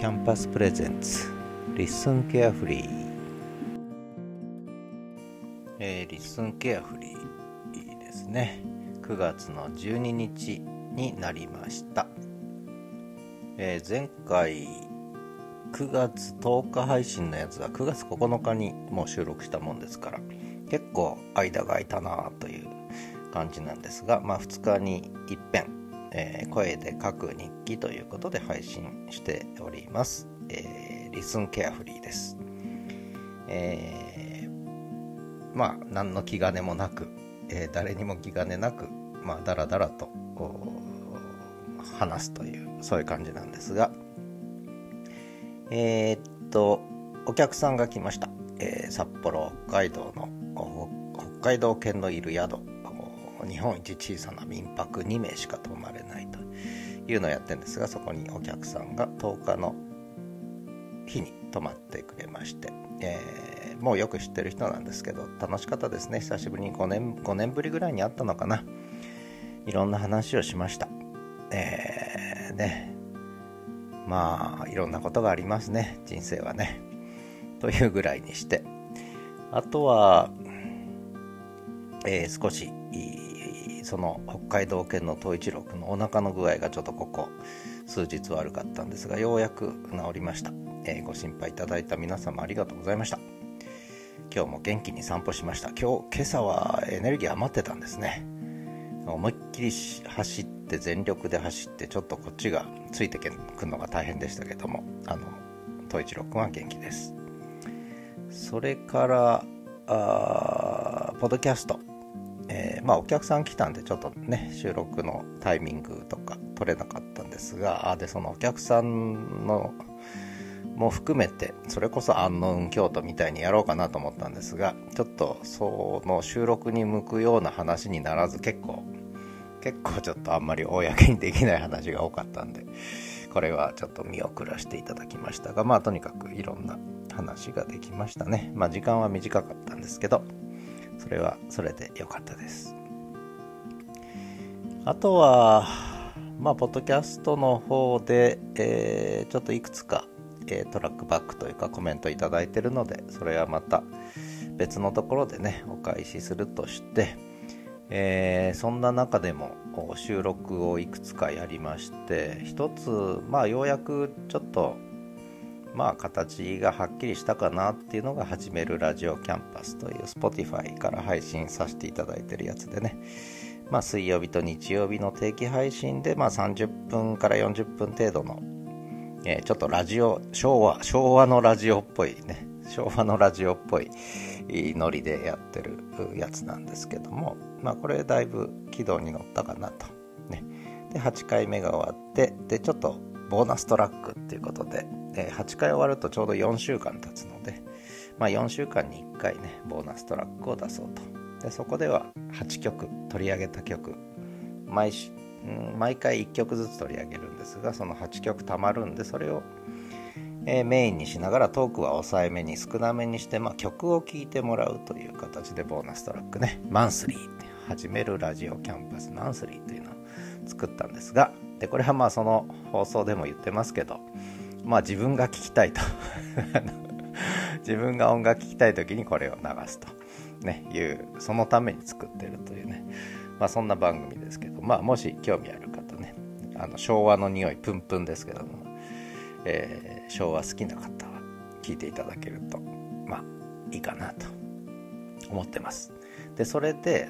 ャンパスプレゼンツリッスンケアフリー、リッスンケアフリーですね。9月の12日になりました。前回9月10日配信のやつは9月9日にもう収録したもんですから、結構間が空いたなという感じなんですが、2日に一遍、声で書く日記ということで配信しております。リスンケアフリーです。何の気兼ねもなく、誰にも気兼ねなく、だらだらと話すという、そういう感じなんですが、お客さんが来ました。札幌、北海道の北海道犬のいる宿、日本一小さな民泊2名しか泊まれないというのをやってるんですが、そこにお客さんが10日の日に泊まってくれまして、もうよく知ってる人なんですけど、楽しかったですね。久しぶりに5年ぶりぐらいに会ったのかな。いろんな話をしました。いろんなことがありますね、人生はね、というぐらいにして、あとは、少しその北海道犬の統一郎君のお腹の具合がちょっとここ数日悪かったんですが、ようやく治りました。ご心配いただいた皆様ありがとうございました。今日も元気に散歩しました。今朝はエネルギー余ってたんですね。思いっきり走って、全力で走って、ちょっとこっちがついてくるのが大変でしたけども、統一郎君は元気です。それからポッドキャスト、お客さん来たんでちょっとね、収録のタイミングとか取れなかったんですが、そのお客さんのも含めて、それこそ安納運京都みたいにやろうかなと思ったんですが、ちょっとその収録に向くような話にならず、結構ちょっとあんまり公にできない話が多かったんで、これはちょっと見送らせていただきましたが、とにかくいろんな話ができましたね。時間は短かったんですけど、それはそれで良かったです。あとはポッドキャストの方で、ちょっといくつか、トラックバックというかコメントいただいているので、それはまた別のところでねお返しするとして、そんな中でも収録をいくつかやりまして、一つようやくちょっと形がはっきりしたかなっていうのが、始めるラジオキャンパスという Spotify から配信させていただいてるやつでね、水曜日と日曜日の定期配信で、30分から40分程度の、ちょっとラジオ昭和のラジオっぽいね、昭和のラジオっぽいノリでやってるやつなんですけども、これだいぶ軌道に乗ったかなと、ね、で8回目が終わって、でちょっとボーナストラックっていうことで、8回終わるとちょうど4週間経つので、4週間に1回ねボーナストラックを出そうと。でそこでは8曲取り上げた曲、毎回1曲ずつ取り上げるんですが、その8曲たまるんで、それを、メインにしながらトークは抑えめに少なめにして、曲を聴いてもらうという形でボーナストラックね、マンスリーって始めるラジオキャンパスマンスリーというのを作ったんですが、でこれはその放送でも言ってますけど、自分が聴きたいと自分が音楽聴きたい時にこれを流すと、いう、そのために作ってるというね、そんな番組ですけど、もし興味ある方ね、昭和の匂いプンプンですけども、昭和好きな方は聞いていただけるといいかなと思ってます。でそれで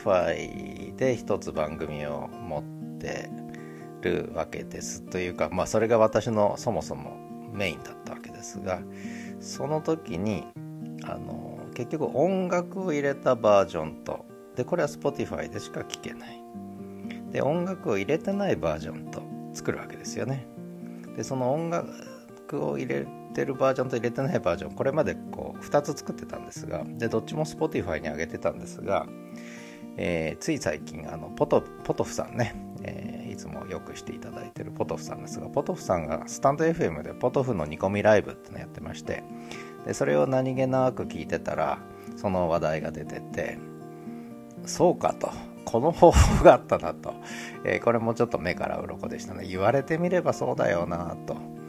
Spotify で一つ番組を持ってるわけですというか、それが私のそもそもメインだったわけですが、その時に結局音楽を入れたバージョンと、でこれは Spotify でしか聴けない、で音楽を入れてないバージョンと作るわけですよね。でその音楽を入れてるバージョンと入れてないバージョン、これまで2つ作ってたんですが、でどっちも Spotify に上げてたんですが、つい最近ポトフさんね、いつもよくしていただいてるポトフさんですが、ポトフさんがスタンド FM でポトフの煮込みライブってのやってまして、でそれを何気なく聞いてたらその話題が出てて、そうかと、この方法があったなと、これもちょっと目から鱗でしたね。言われてみればそうだよなと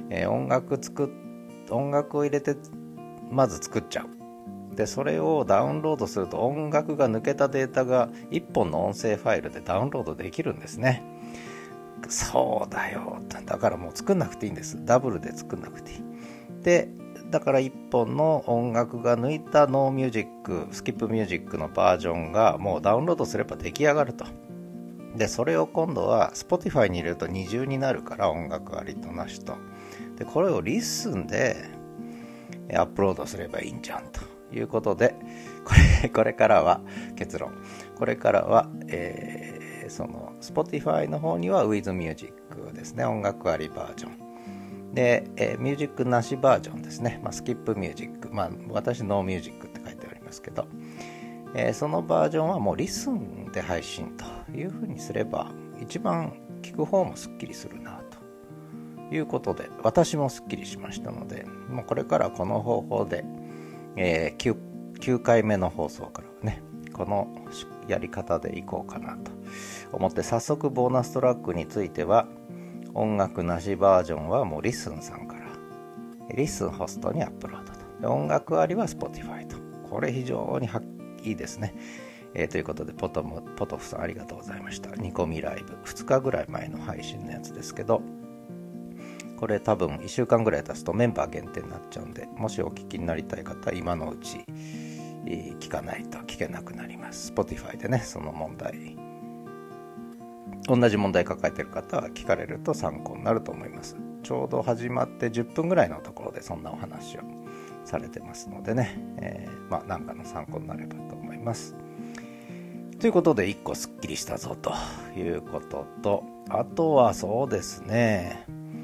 音楽を入れてまず作っちゃう。でそれをダウンロードすると音楽が抜けたデータが1本の音声ファイルでダウンロードできるんですね。そうだよ、だからもう作んなくていいんです。ダブルで作んなくていい。でだから1本の音楽が抜いたノーミュージック、スキップミュージックのバージョンがもうダウンロードすれば出来上がると。でそれを今度は Spotify に入れると二重になるから、音楽ありとなしと。でこれをリッスンでアップロードすればいいんじゃんということで、これからは結論、これからは、その Spotify の方には With Music ですね、音楽ありバージョンで、ミュージックなしバージョンですね、スキップミュージック、私ノーミュージックって書いてありますけど、そのバージョンはもうリスンで配信という風にすれば一番聞く方もスッキリするなということで、私もスッキリしましたので、もうこれからこの方法で、9回目の放送からはね、このやり方でいこうかなと思って、早速ボーナストラックについては音楽なしバージョンはもうリスンさんからリスンホストにアップロードと、で音楽ありは Spotify と、これ非常にいいですね。ということでポトフさんありがとうございました。煮込みライブ2日ぐらい前の配信のやつですけど、これ多分1週間ぐらい経つとメンバー限定になっちゃうんで、もしお聞きになりたい方は今のうち聞かないと聞けなくなります。 Spotify でね、その問題、同じ問題抱えている方は聞かれると参考になると思います。ちょうど始まって10分ぐらいのところでそんなお話をされてますのでね、何かの参考になればと思います。ということで1個すっきりしたぞということと、あとはそうですね、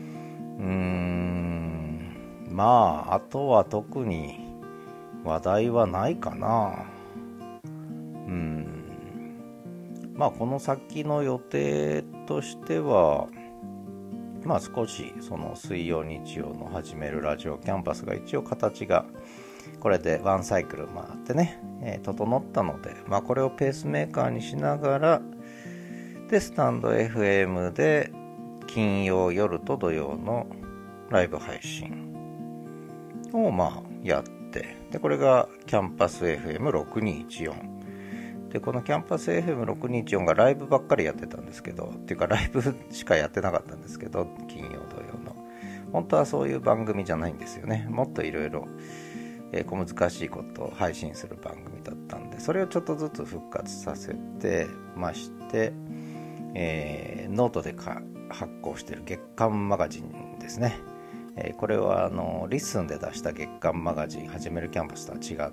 あとは特に話題はないかな。この先の予定としては、少しその水曜日曜の始めるラジオキャンパスが一応形がこれでワンサイクル回ってね、整ったので、これをペースメーカーにしながらでスタンド FM で金曜夜と土曜のライブ配信をやって、でこれがキャンパス FM6214で、このキャンパス FM6214 がライブばっかりやってたんですけど、っていうかライブしかやってなかったんですけど、金曜土曜の本当はそういう番組じゃないんですよね。もっといろいろ小難しいことを配信する番組だったんで、それをちょっとずつ復活させてまして、ノートで発行している月刊マガジンですね。これはリッスンで出した月刊マガジン始めるキャンパスとは違って、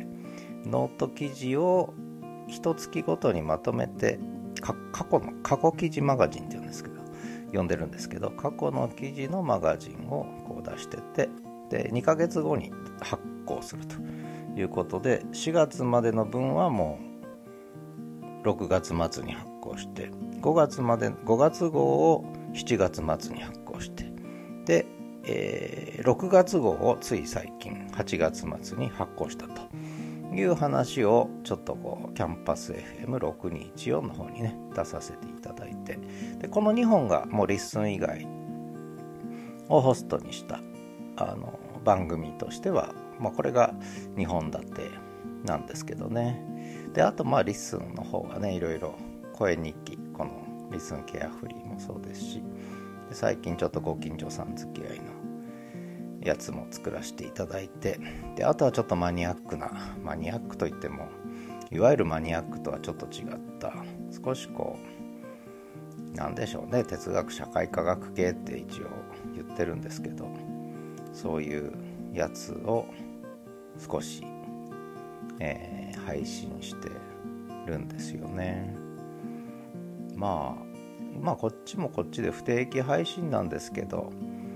ノート記事を一月ごとにまとめて、過去記事マガジンって呼んでるんですけど、過去の記事のマガジンをこう出してて、で2ヶ月後に発行するということで、4月までの分はもう6月末に発行して、5月号を7月末に発行して、で、6月号をつい最近8月末に発行したという話をちょっとキャンパス FM6214 の方にね出させていただいて、でこの2本がもうリッスン以外をホストにした番組としては、これが2本立てなんですけどね。であとリッスンの方がね、いろいろ声日記、このリッスンケアフリーもそうですし、で最近ちょっとご近所さん付き合いのやつも作らせていただいて、であとはちょっとマニアックといってもいわゆるマニアックとはちょっと違った、少しなんでしょうね、哲学社会科学系って一応言ってるんですけど、そういうやつを少し、配信してるんですよね。こっちもこっちで不定期配信なんですけど、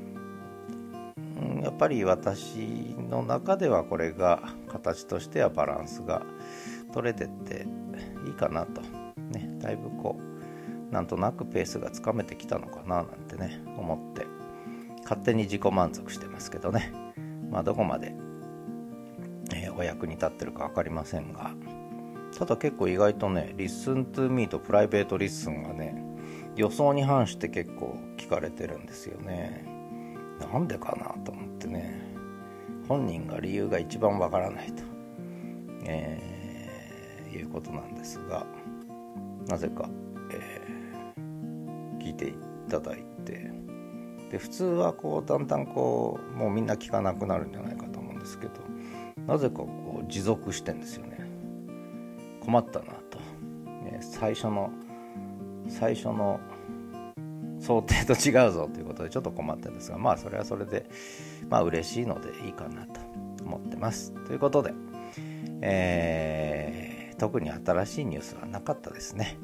やっぱり私の中ではこれが形としてはバランスが取れてっていいかなとね、だいぶなんとなくペースがつかめてきたのかななんてね思って勝手に自己満足してますけどね。どこまで、お役に立ってるか分かりませんが、ただ結構意外とね、Listen to Me とプライベートリッスンがね予想に反して結構聞かれてるんですよね。 なんでかなと思ってね、本人が理由が一番わからないと、いうことなんですが、なぜか、聞いていただいて、で普通はこうだんだんこうもうみんな聞かなくなるんじゃないかと思うんですけど、なぜかこう持続してんですよね。困ったなと、最初の想定と違うぞということでちょっと困ってるんですが、まあそれはそれで嬉しいのでいいかなと思ってます。ということで、特に新しいニュースはなかったですね。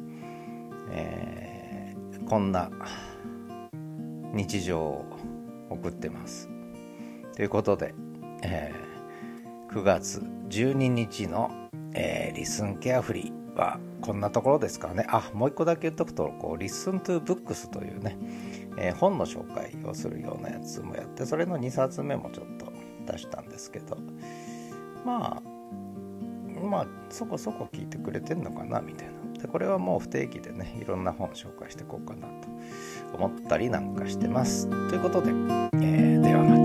こんな日常を送ってますということで、9月12日の、リスンケアフリーはこんなところですからね。もう一個だけ言っとくと、リスントゥブックスというね、本の紹介をするようなやつもやって、それの2冊目もちょっと出したんですけど、まあそこそこ聞いてくれてんのかなみたいな。でこれはもう不定期でね、いろんな本紹介していこうかなと思ったりなんかしてます。ということで、ではまた。